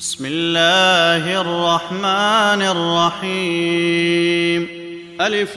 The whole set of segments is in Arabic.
بسم الله الرحمن الرحيم. ألف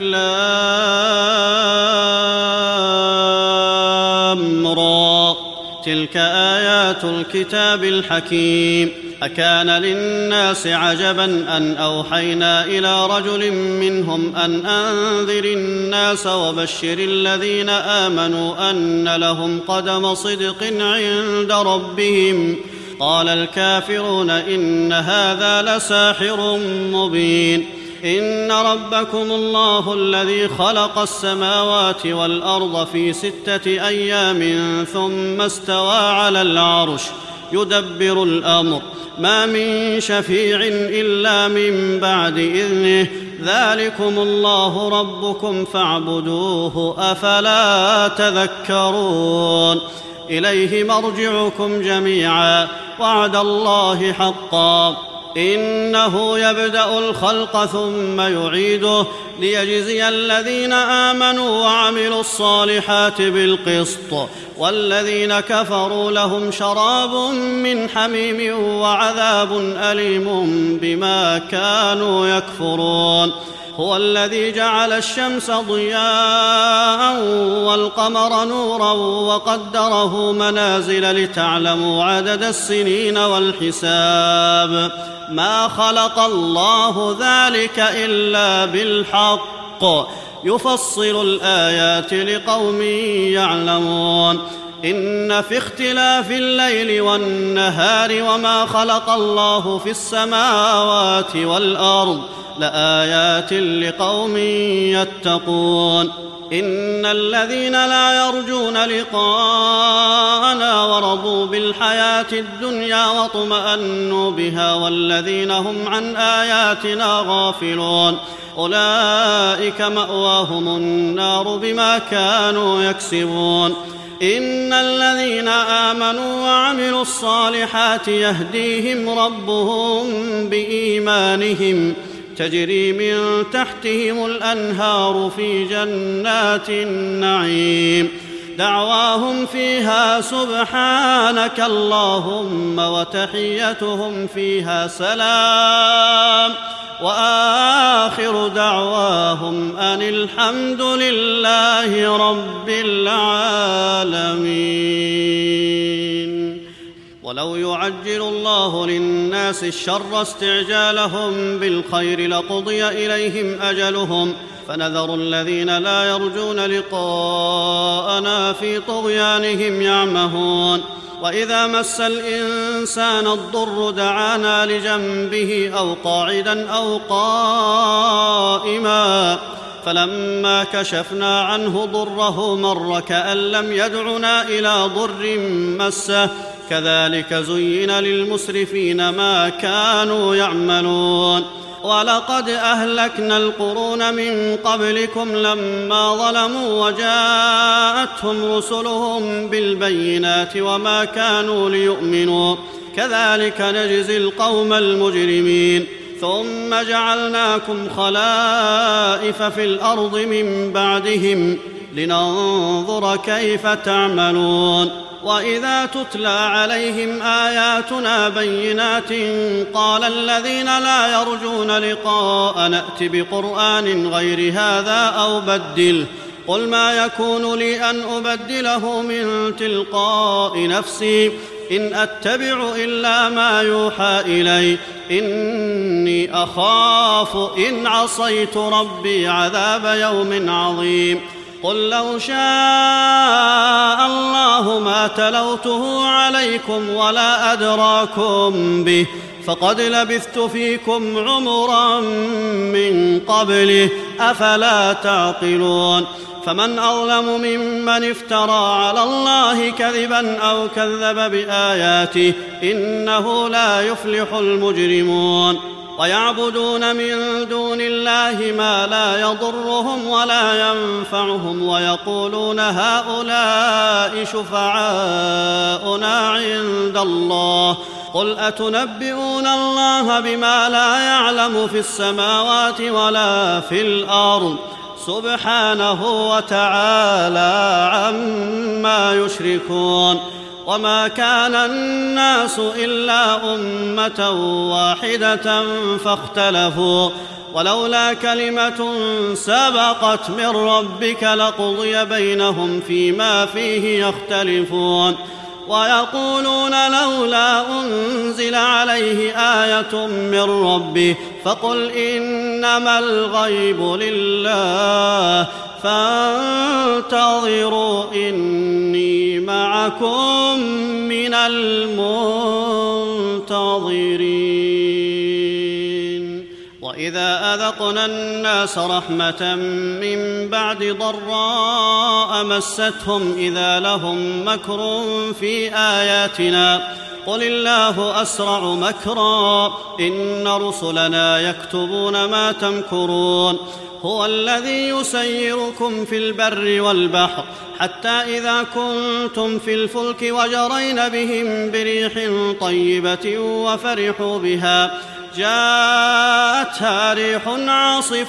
لام را، تلك آيات الكتاب الحكيم. أكان للناس عجبا أن أوحينا إلى رجل منهم أن أنذر الناس وبشر الذين آمنوا أن لهم قدم صدق عند ربهم. قال الكافرون إن هذا لساحر مبين. إن ربكم الله الذي خلق السماوات والأرض في 6 أيام ثم استوى على العرش يدبر الأمر، ما من شفيع إلا من بعد إذنه، ذلكم الله ربكم فاعبدوه، أفلا تذكرون. إليه مرجعكم جميعا، وعد الله حقا، إنه يبدأ الخلق ثم يعيده ليجزي الذين آمنوا وعملوا الصالحات بالقسط، والذين كفروا لهم شراب من حميم وعذاب أليم بما كانوا يكفرون. هو الذي جعل الشمس ضياء والقمر نورا وقدره منازل لتعلموا عدد السنين والحساب، ما خلق الله ذلك إلا بالحق، يفصل الآيات لقوم يعلمون. إن في اختلاف الليل والنهار وما خلق الله في السماوات والأرض لآيات لقوم يتقون. إن الذين لا يرجون لقاءنا ورضوا بالحياة الدنيا واطمأنوا بها والذين هم عن آياتنا غافلون أولئك مأواهم النار بما كانوا يكسبون. إن الذين آمنوا وعملوا الصالحات يهديهم ربهم بإيمانهم، تجري من تحتهم الأنهار في جنات النعيم، دعواهم فيها سبحانك اللهم وتحيتهم فيها سلام، وآخر دعواهم أن الحمد لله رب العالمين. ولو يعجل الله للناس الشر استعجالهم بالخير لقضي إليهم أجلهم، فنذر الذين لا يرجون لقاءنا في طغيانهم يعمهون. وإذا مس الإنسان الضر دعانا لجنبه أو قاعدا أو قائما، فلما كشفنا عنه ضره مر كأن لم يدعنا إلى ضر مسه، كذلك زين للمسرفين ما كانوا يعملون. ولقد أهلكنا القرون من قبلكم لما ظلموا وجاءتهم رسلهم بالبينات وما كانوا ليؤمنوا، كذلك نجزي القوم المجرمين. ثم جعلناكم خلائف في الأرض من بعدهم لننظر كيف تعملون. وإذا تتلى عليهم آياتنا بينات قال الذين لا يرجون لقاء نأت بقرآن غير هذا أو بدله، قل ما يكون لي أن أبدله من تلقاء نفسي إن أتبع إلا ما يوحى إلي، إني أخاف إن عصيت ربي عذاب يوم عظيم. قل لو شاء الله ما تلوته عليكم ولا أدراكم به، فقد لبثت فيكم عمرا من قبله، أفلا تعقلون. فمن أظلم ممن افترى على الله كذبا أو كذب بآياته، إنه لا يفلح المجرمون. ويعبدون من دون الله ما لا يضرهم ولا ينفعهم ويقولون هؤلاء شفعاؤنا عند الله، قل أتنبئون الله بما لا يعلم في السماوات ولا في الأرض، سبحانه وتعالى عما يشركون. وما كان الناس إلا أمة واحدة فاختلفوا ولولا كلمة سبقت من ربك لقضي بينهم فيما فيه يختلفون ويقولون لولا أنزل عليه آية من ربه فقل إنما الغيب لله فانتظروا إني معكم من المنتظرين وإذا أذقنا الناس رحمة من بعد ضراء مستهم إذا لهم مكر في آياتنا قل الله أسرع مكرا إن رسلنا يكتبون ما تمكرون هو الذي يسيركم في البر والبحر حتى إذا كنتم في الفلك وجرين بهم بريح طيبة وفرحوا بها جاءتها ريح عاصف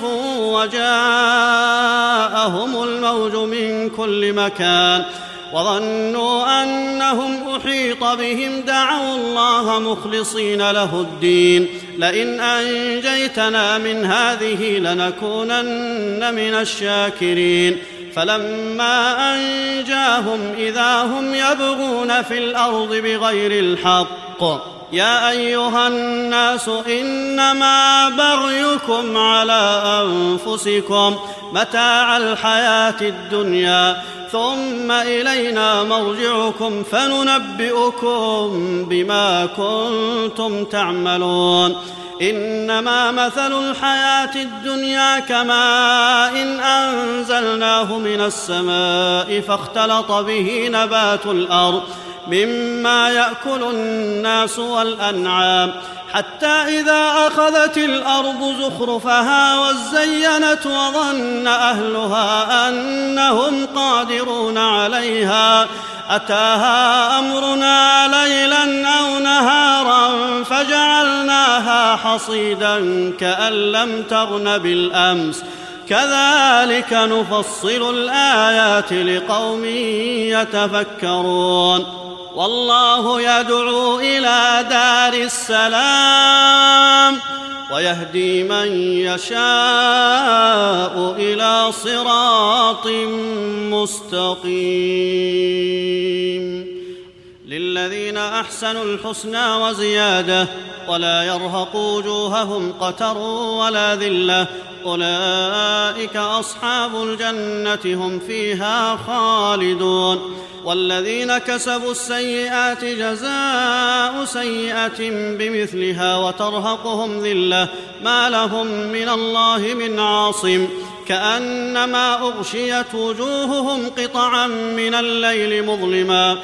وجاءهم الموج من كل مكان وظنوا أنهم أحيط بهم دعوا الله مخلصين له الدين لئن أنجيتنا من هذه لنكونن من الشاكرين فلما أنجاهم إذا هم يبغون في الأرض بغير الحق يا أيها الناس إنما بغيكم على أنفسكم متاع الحياة الدنيا ثم إلينا مرجعكم فننبئكم بما كنتم تعملون إنما مثل الحياة الدنيا كماء إن أنزلناه من السماء فاختلط به نبات الأرض مما يأكل الناس والأنعام حتى إذا أخذت الأرض زخرفها وزينت وظن أهلها أنهم قادرون عليها أتاها أمرنا ليلا أو نهارا فجعلناها حصيدا كأن لم تغن بالأمس كذلك نفصل الآيات لقوم يتفكرون والله يدعو إلى دار السلام ويهدي من يشاء إلى صراط مستقيم للذين أحسنوا الحسنى وزيادة ولا يرهق وجوههم قتر ولا ذلة أولئك أصحاب الجنة هم فيها خالدون والذين كسبوا السيئات جزاء سيئة بمثلها وترهقهم ذلة ما لهم من الله من عاصم كأنما أغشيت وجوههم قطعا من الليل مظلما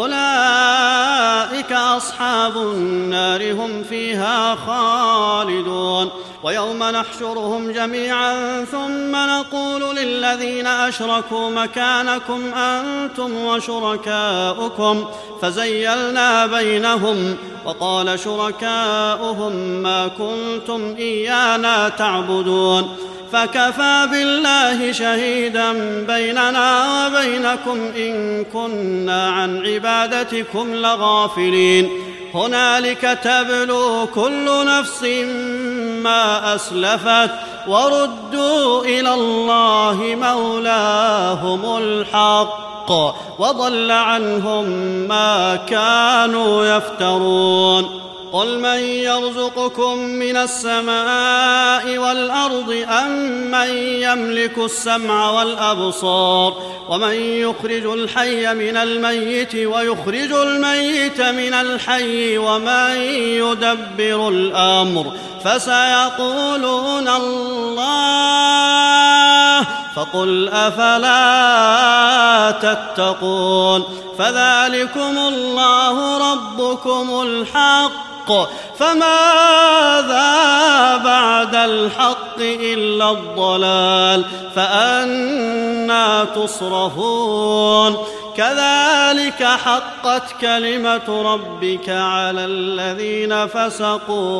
أولئك أصحاب النار هم فيها خالدون ويوم نحشرهم جميعا ثم نقول للذين أشركوا مكانكم أنتم وشركاؤكم فزيلنا بينهم وقال شركاؤهم ما كنتم إيانا تعبدون فكفى بالله شهيدا بيننا وبينكم إن كنا عن عبادتكم لغافلين هنالك تبلو كل نفس ما أسلفت وردوا إلى الله مولاهم الحق وضل عنهم ما كانوا يفترون قل من يرزقكم من السماء والأرض أم من يملك السمع والأبصار ومن يخرج الحي من الميت ويخرج الميت من الحي ومن يدبر الأمر فسيقولون الله فقل أفلا تتقون فذلكم الله ربكم الحق فماذا بعد الحق إلا الضلال فأنى تصرفون كذلك حقت كلمة ربك على الذين فسقوا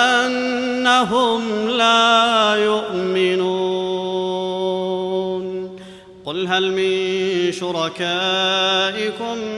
أنهم لا يؤمنون قل هل من شركائكم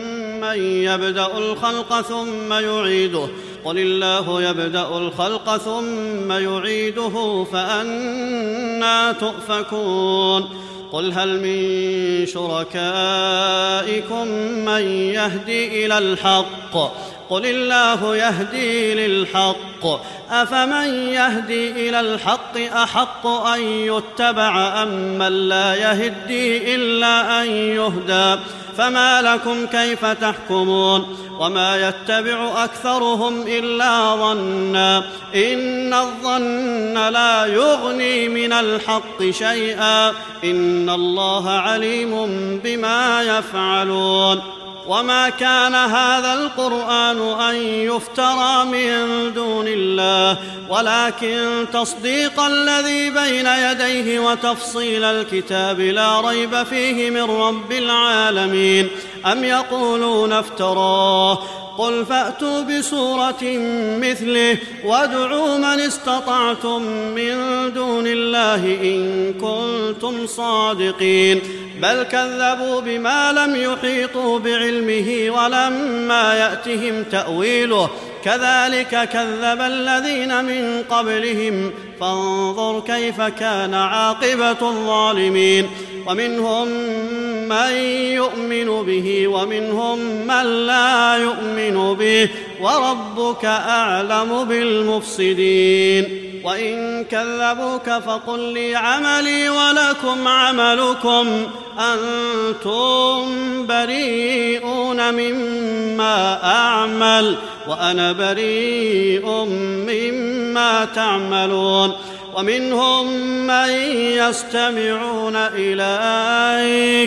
من يبدأ الخلق ثم يعيده قل الله يبدأ الخلق ثم يعيده فأنى تؤفكون قل هل من شركائكم من يهدي إلى الحق قل الله يهدي للحق أفمن يهدي إلى الحق أحق أن يتبع أم من لا يهدي إلا أن يهدى فما لكم كيف تحكمون وما يتبع أكثرهم إلا ظنا إن الظن لا يغني من الحق شيئا إن الله عليم بما يفعلون وما كان هذا القرآن أن يفترى من دون الله ولكن تصديق الذي بين يديه وتفصيل الكتاب لا ريب فيه من رب العالمين أم يقولون افتراه قل فأتوا بسورة مثله وادعوا من استطعتم من دون الله إن كنتم صادقين بل كذبوا بما لم يحيطوا بعلمه ولما يأتهم تأويله كذلك كذب الذين من قبلهم فانظر كيف كان عاقبة الظالمين ومنهم من يؤمن به ومنهم من لا يؤمن به وربك أعلم بالمفسدين وإن كذبوك فقل لي عملي ولكم عملكم أنتم بريئون مما أعمل وأنا بريء مما تعملون ومنهم من يستمعون إليك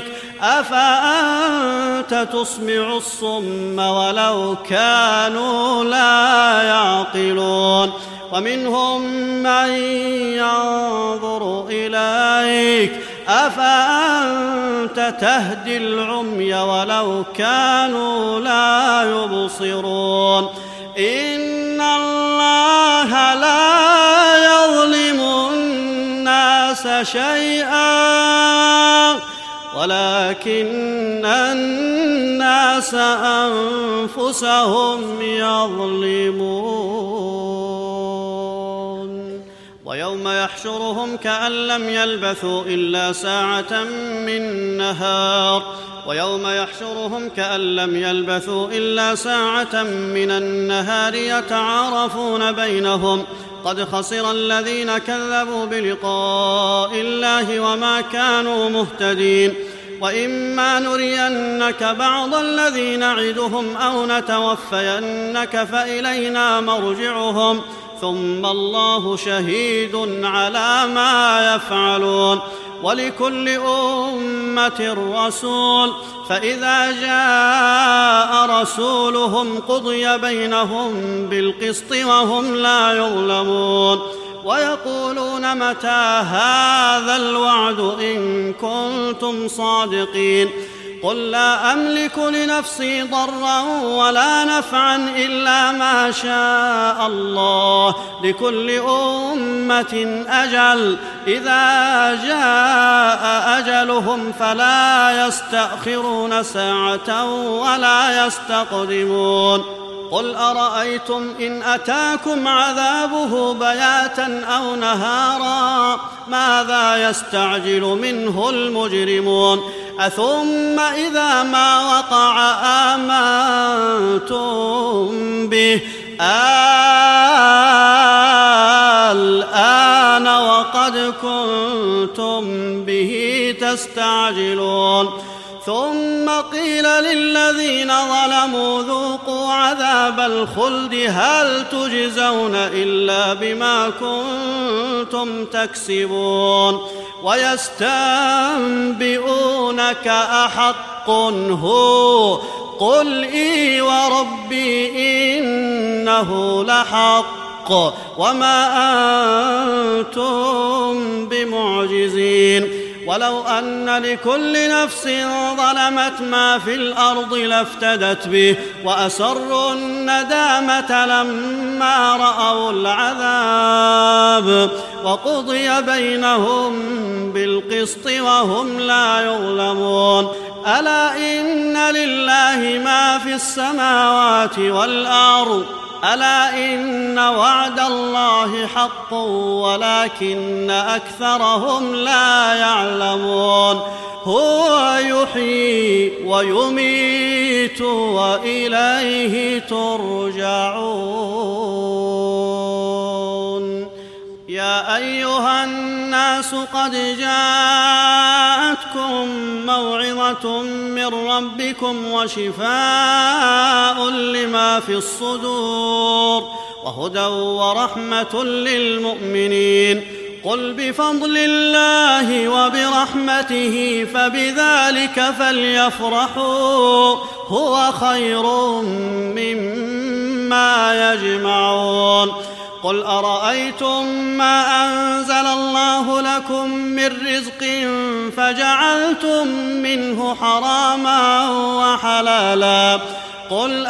أفأنت تسمع الصم ولو كانوا لا يعقلون ومنهم من ينظر إليك أفأنت تهدي العمي ولو كانوا لا يبصرون إن الله لا يظلم الناس شيئا ولكن الناس أنفسهم يظلمون ويوم يحشرهم كأن لم يلبثوا إلا ساعة من نهار من النهار يتعارفون بينهم قد خسر الذين كذبوا بلقاء الله وما كانوا مهتدين وإما نرينك بعض الذي نعدهم أو نتوفينك فإلينا مرجعهم ثم الله شهيد على ما يفعلون ولكل أمة رسول فإذا جاء رسولهم قضي بينهم بالقسط وهم لا يظلمون ويقولون متى هذا الوعد إن كنتم صادقين قل لا أملك لنفسي ضرا ولا نفعا إلا ما شاء الله لكل أمة أجل إذا جاء أجلهم فلا يستأخرون ساعة ولا يستقدمون قل أرأيتم إن أتاكم عذابه بياتا أو نهارا ماذا يستعجل منه المجرمون أثم إذا ما وقع آمنتم به الآن وقد كنتم به تستعجلون ثم قيل للذين ظلموا ذوقوا عذاب الخلد هل تجزون إلا بما كنتم تكسبون ويستنبئونك أحق هو قل إي وربي إنه لحق وما أنتم بمعجزين ولو أن لكل نفس ظلمت ما في الأرض لافتدت به وأسروا الندامة لما رأوا العذاب وقضي بينهم بالقسط وهم لا يظلمون ألا إن لله ما في السماوات والأرض ألا إن وعد الله حق ولكن أكثرهم لا يعلمون هو يحيي ويميت وإليه ترجعون يا أيها الناس قد جاءتكم موعظة من ربكم وشفاء لما في الصدور وهدى ورحمة للمؤمنين قل بفضل الله وبرحمته فبذلك فليفرحوا هو خير مما يجمعون قل أرأيتم ما أنزل الله لكم من رزق فجعلتم منه حراما وحلالا قل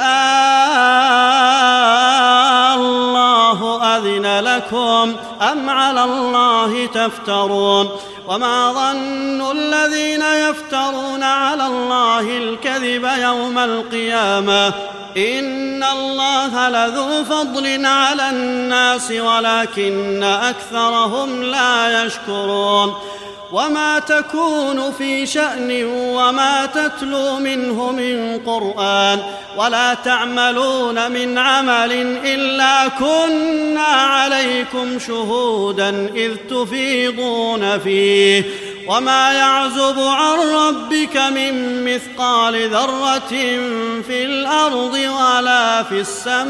الله أذن لكم أم على الله تفترون وما ظن الذين يفترون على الله الكذب يوم القيامة إن الله لذو فضل على الناس ولكن أكثرهم لا يشكرون وما تكون في شأن وما تتلو منه من قرآن ولا تعملون من عمل إلا كنا عليكم شهودا إذ تفيضون فيه وما يعزب عن ربك من مثقال ذرة في الأرض ولا في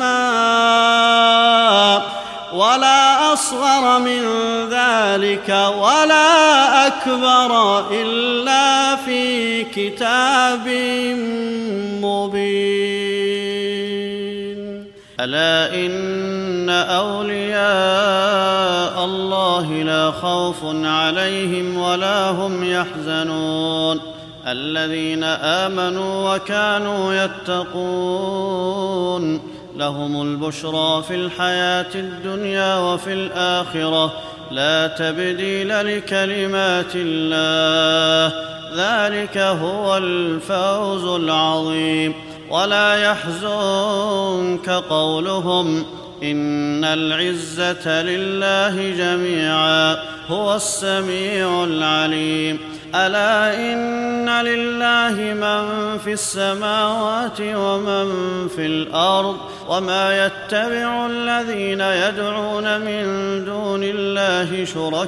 السماء ولا أصغر من ذلك ولا أكبر إلا في كتاب مبين ألا إن أولياء الله لا خوف عليهم ولا هم يحزنون الذين آمنوا وكانوا يتقون لهم البشرى في الحياة الدنيا وفي الآخرة لا تبديل لكلمات الله ذلك هو الفوز العظيم ولا يحزنك قولهم إن العزة لله جميعا هو السميع العليم ألا إن لله من في السماوات ومن في الأرض وما يتبع الذين يدعون من دون الله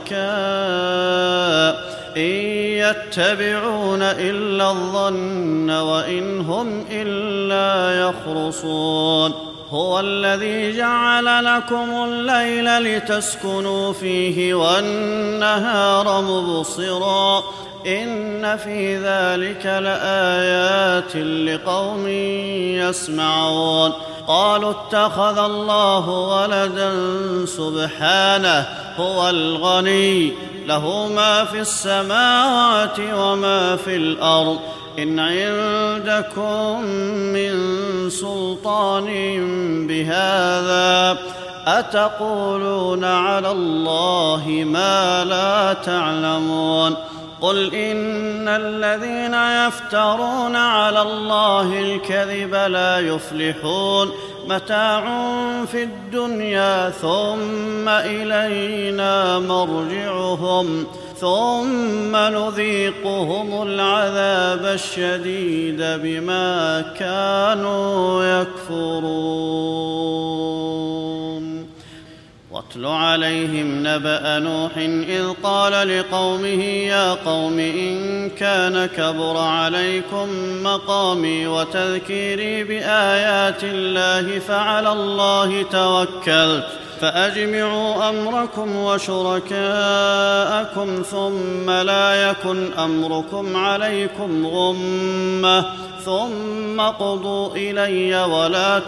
شركاء إن يتبعون إلا الظن وإن هم إلا يخرصون هو الذي جعل لكم الليل لتسكنوا فيه والنهار مبصرا إن في ذلك لآيات لقوم يسمعون قالوا اتخذ الله ولدا سبحانه هو الغني له ما في السماوات وما في الأرض إن عندكم من سلطان بهذا أتقولون على الله ما لا تعلمون قل إن الذين يفترون على الله الكذب لا يفلحون متاع في الدنيا ثم إلينا مرجعهم ثم نذيقهم العذاب الشديد بما كانوا يكفرون واتل عليهم نبأ نوح إذ قال لقومه يا قوم إن كان كبر عليكم مقامي وتذكيري بآيات الله فعلى الله توكلت فأجمعوا أمركم وشركاءكم ثم لا يكن أمركم عليكم غمة ثم قضوا إلي ولا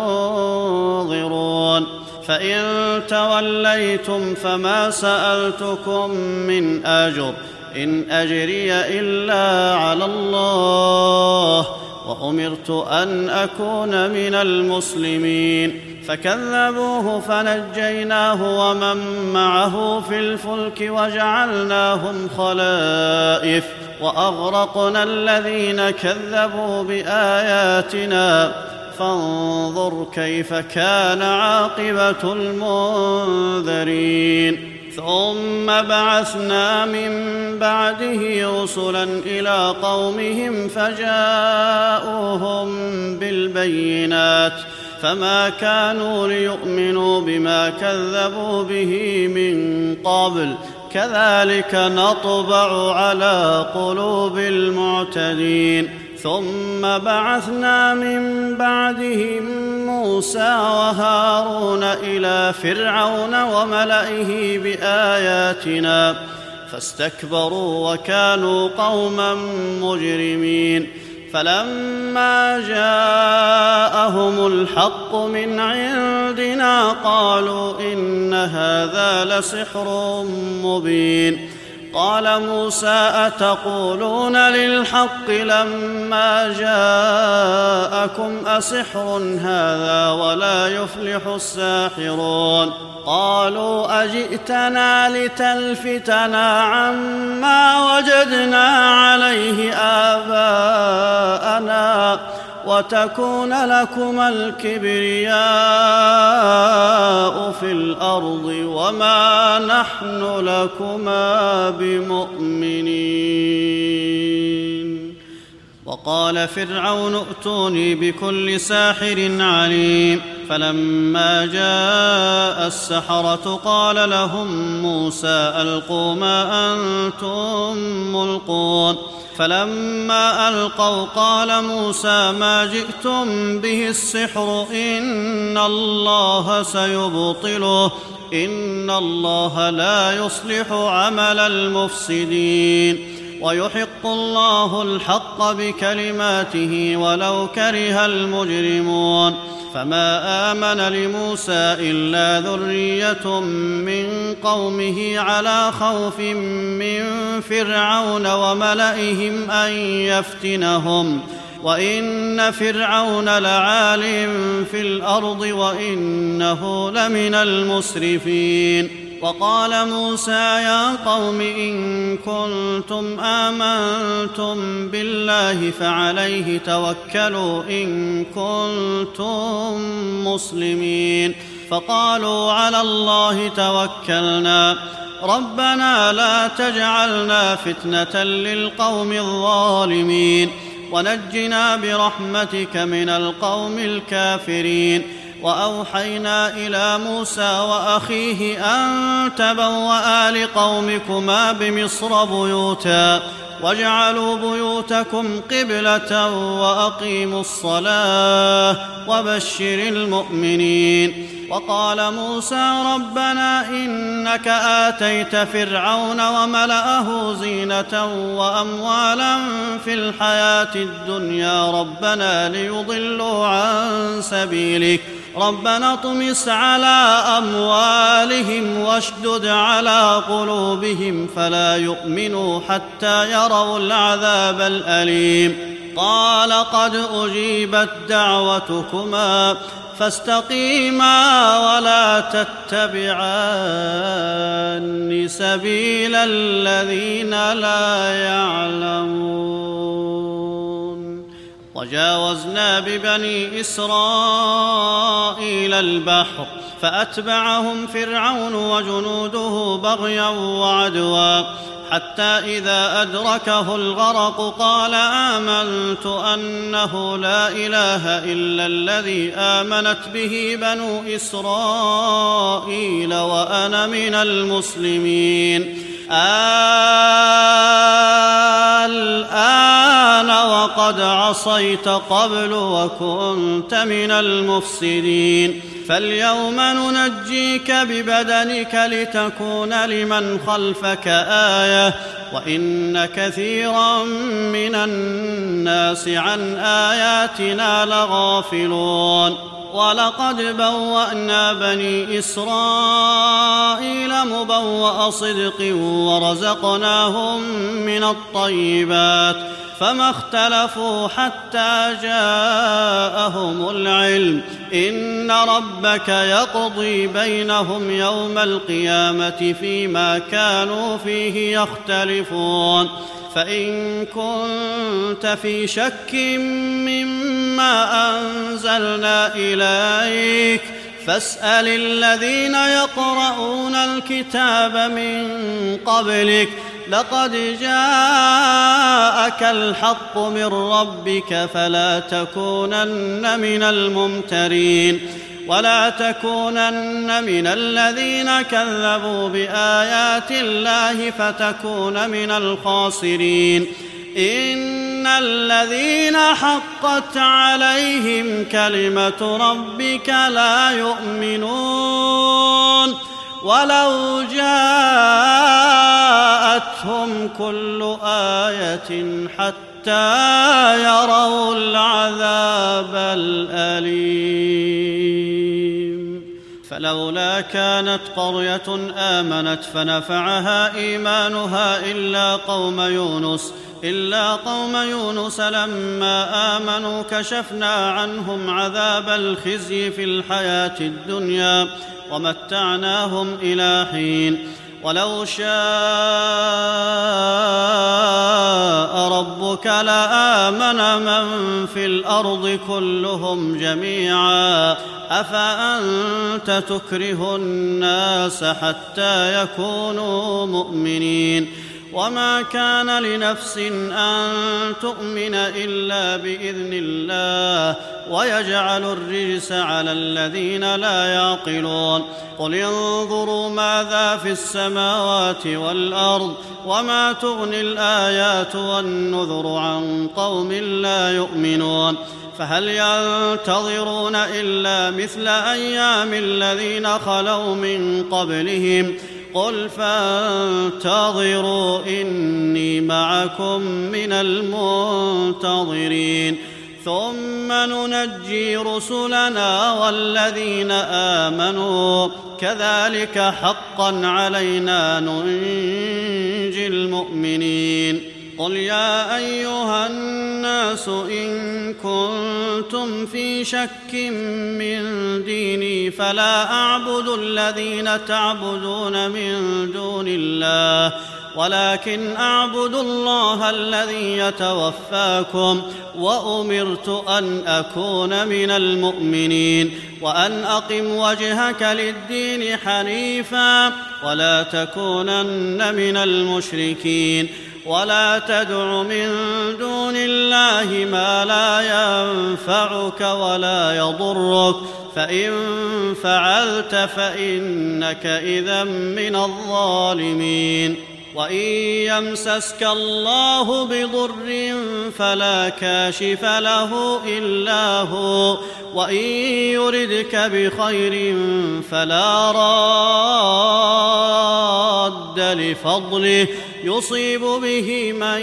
تنظرون فإن توليتم فما سألتكم من أجر إن أجري إلا على الله وأمرت أن أكون من المسلمين فكذبوه فنجيناه ومن معه في الفلك وجعلناهم خلائف وأغرقنا الذين كذبوا بآياتنا فانظر كيف كان عاقبة المنذرين ثم بعثنا من بعده رسلا إلى قومهم فجاءوهم بالبينات فما كانوا ليؤمنوا بما كذبوا به من قبل كذلك نطبع على قلوب المعتدين ثم بعثنا من بعدهم موسى وهارون إلى فرعون وملئه بآياتنا فاستكبروا وكانوا قوما مجرمين فلما جاءهم الحق من عندنا قالوا إن هذا لسحر مبين قال موسى أتقولون للحق لما جاءكم أسحر هذا ولا يفلح الساحرون قالوا أجئتنا لتلفتنا عما وجدنا عليه آباءنا وتكون لكما الكبرياء في الأرض وما نحن لكما بمؤمنين وقال فرعون ائتوني بكل ساحر عليم فلما جاء السحرة قال لهم موسى ألقوا ما أنتم ملقون فلما ألقوا قال موسى ما جئتم به السحر إن الله سيبطله إن الله لا يصلح عمل المفسدين ويحق الله الحق بكلماته ولو كره المجرمون فما آمن لموسى إلا ذرية من قومه على خوف من فرعون وملئهم أن يفتنهم وإن فرعون لعال في الأرض وإنه لمن المسرفين وقال موسى يا قوم إن كنتم آمنتم بالله فعليه توكلوا إن كنتم مسلمين فقالوا على الله توكلنا ربنا لا تجعلنا فتنة للقوم الظالمين ونجنا برحمتك من القوم الكافرين وأوحينا إلى موسى وأخيه أن تبوأ لقومكما بمصر بيوتا واجعلوا بيوتكم قبلة وأقيموا الصلاة وبشر المؤمنين وقال موسى ربنا إنك آتيت فرعون وملأه زينة وأموالا في الحياة الدنيا ربنا ليضلوا عن سبيلك ربنا اطمس على أموالهم واشدد على قلوبهم فلا يؤمنوا حتى يروا العذاب الأليم قال قد أجيبت دعوتكما فاستقيما ولا تتبعان سبيل الذين لا يعلمون وجاوزنا ببني إسرائيل البحر فأتبعهم فرعون وجنوده بغيا وعدوا حتى إذا أدركه الغرق قال آمنت أنه لا إله إلا الذي آمنت به بنو إسرائيل وأنا من المسلمين الآن وقد عصيت قبل وكنت من المفسدين فاليوم ننجيك ببدنك لتكون لمن خلفك آية وإن كثيرا من الناس عن آياتنا لغافلون ولقد بوأنا بني إسرائيل إسرائيل مبوأ صدق ورزقناهم من الطيبات فما اختلفوا حتى جاءهم العلم إن ربك يقضي بينهم يوم القيامة فيما كانوا فيه يختلفون فإن كنت في شك مما أنزلنا إليك فاسأل الذين يقرؤون الكتاب من قبلك لقد جاءك الحق من ربك فلا تكونن من الممترين ولا تكونن من الذين كذبوا بآيات الله فتكون من الخاسرين إن الذين حقت عليهم كلمة ربك لا يؤمنون ولو جاءتهم كل آية حتى يروا العذاب الأليم فلولا كانت قرية آمنت فنفعها إيمانها إلا قوم يونس لما آمنوا كشفنا عنهم عذاب الخزي في الحياة الدنيا ومتعناهم إلى حين ولو شاء ربك لآمن من في الأرض كلهم جميعا أفأنت تكره الناس حتى يكونوا مؤمنين وما كان لنفس أن تؤمن إلا بإذن الله ويجعل الرجس على الذين لا يعقلون قل انظروا ماذا في السماوات والأرض وما تغني الآيات والنذر عن قوم لا يؤمنون فهل ينتظرون إلا مثل أيام الذين خلوا من قبلهم قل فانتظروا إني معكم من المنتظرين ثم ننجي رسلنا والذين آمنوا كذلك حقا علينا ننجي المؤمنين قل يا أيها الناس إن كنتم في شك من ديني فلا أعبد الذين تعبدون من دون الله ولكن أعبد الله الذي يتوفاكم وأمرت أن أكون من المؤمنين وأن أقم وجهك للدين حنيفا ولا تكونن من المشركين ولا تدع من دون الله ما لا ينفعك ولا يضرك فإن فعلت فإنك إذا من الظالمين وإن يمسسك الله بضر فلا كاشف له إلا هو وإن يردك بخير فلا راد لفضله يصيب به من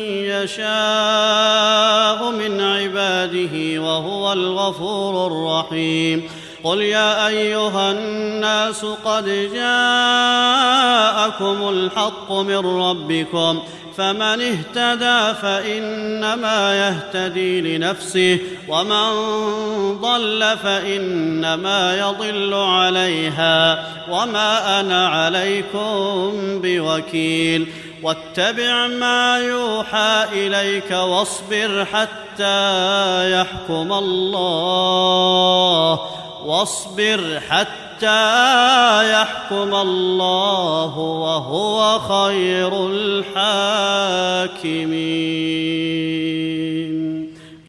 يشاء من عباده وهو الغفور الرحيم قل يا أيها الناس قد جاءكم الحق من ربكم فمن اهتدى فإنما يهتدي لنفسه ومن ضل فإنما يضل عليها وما أنا عليكم بوكيل واتبع ما يوحى إليك واصبر حتى يحكم الله وهو خير الحاكمين.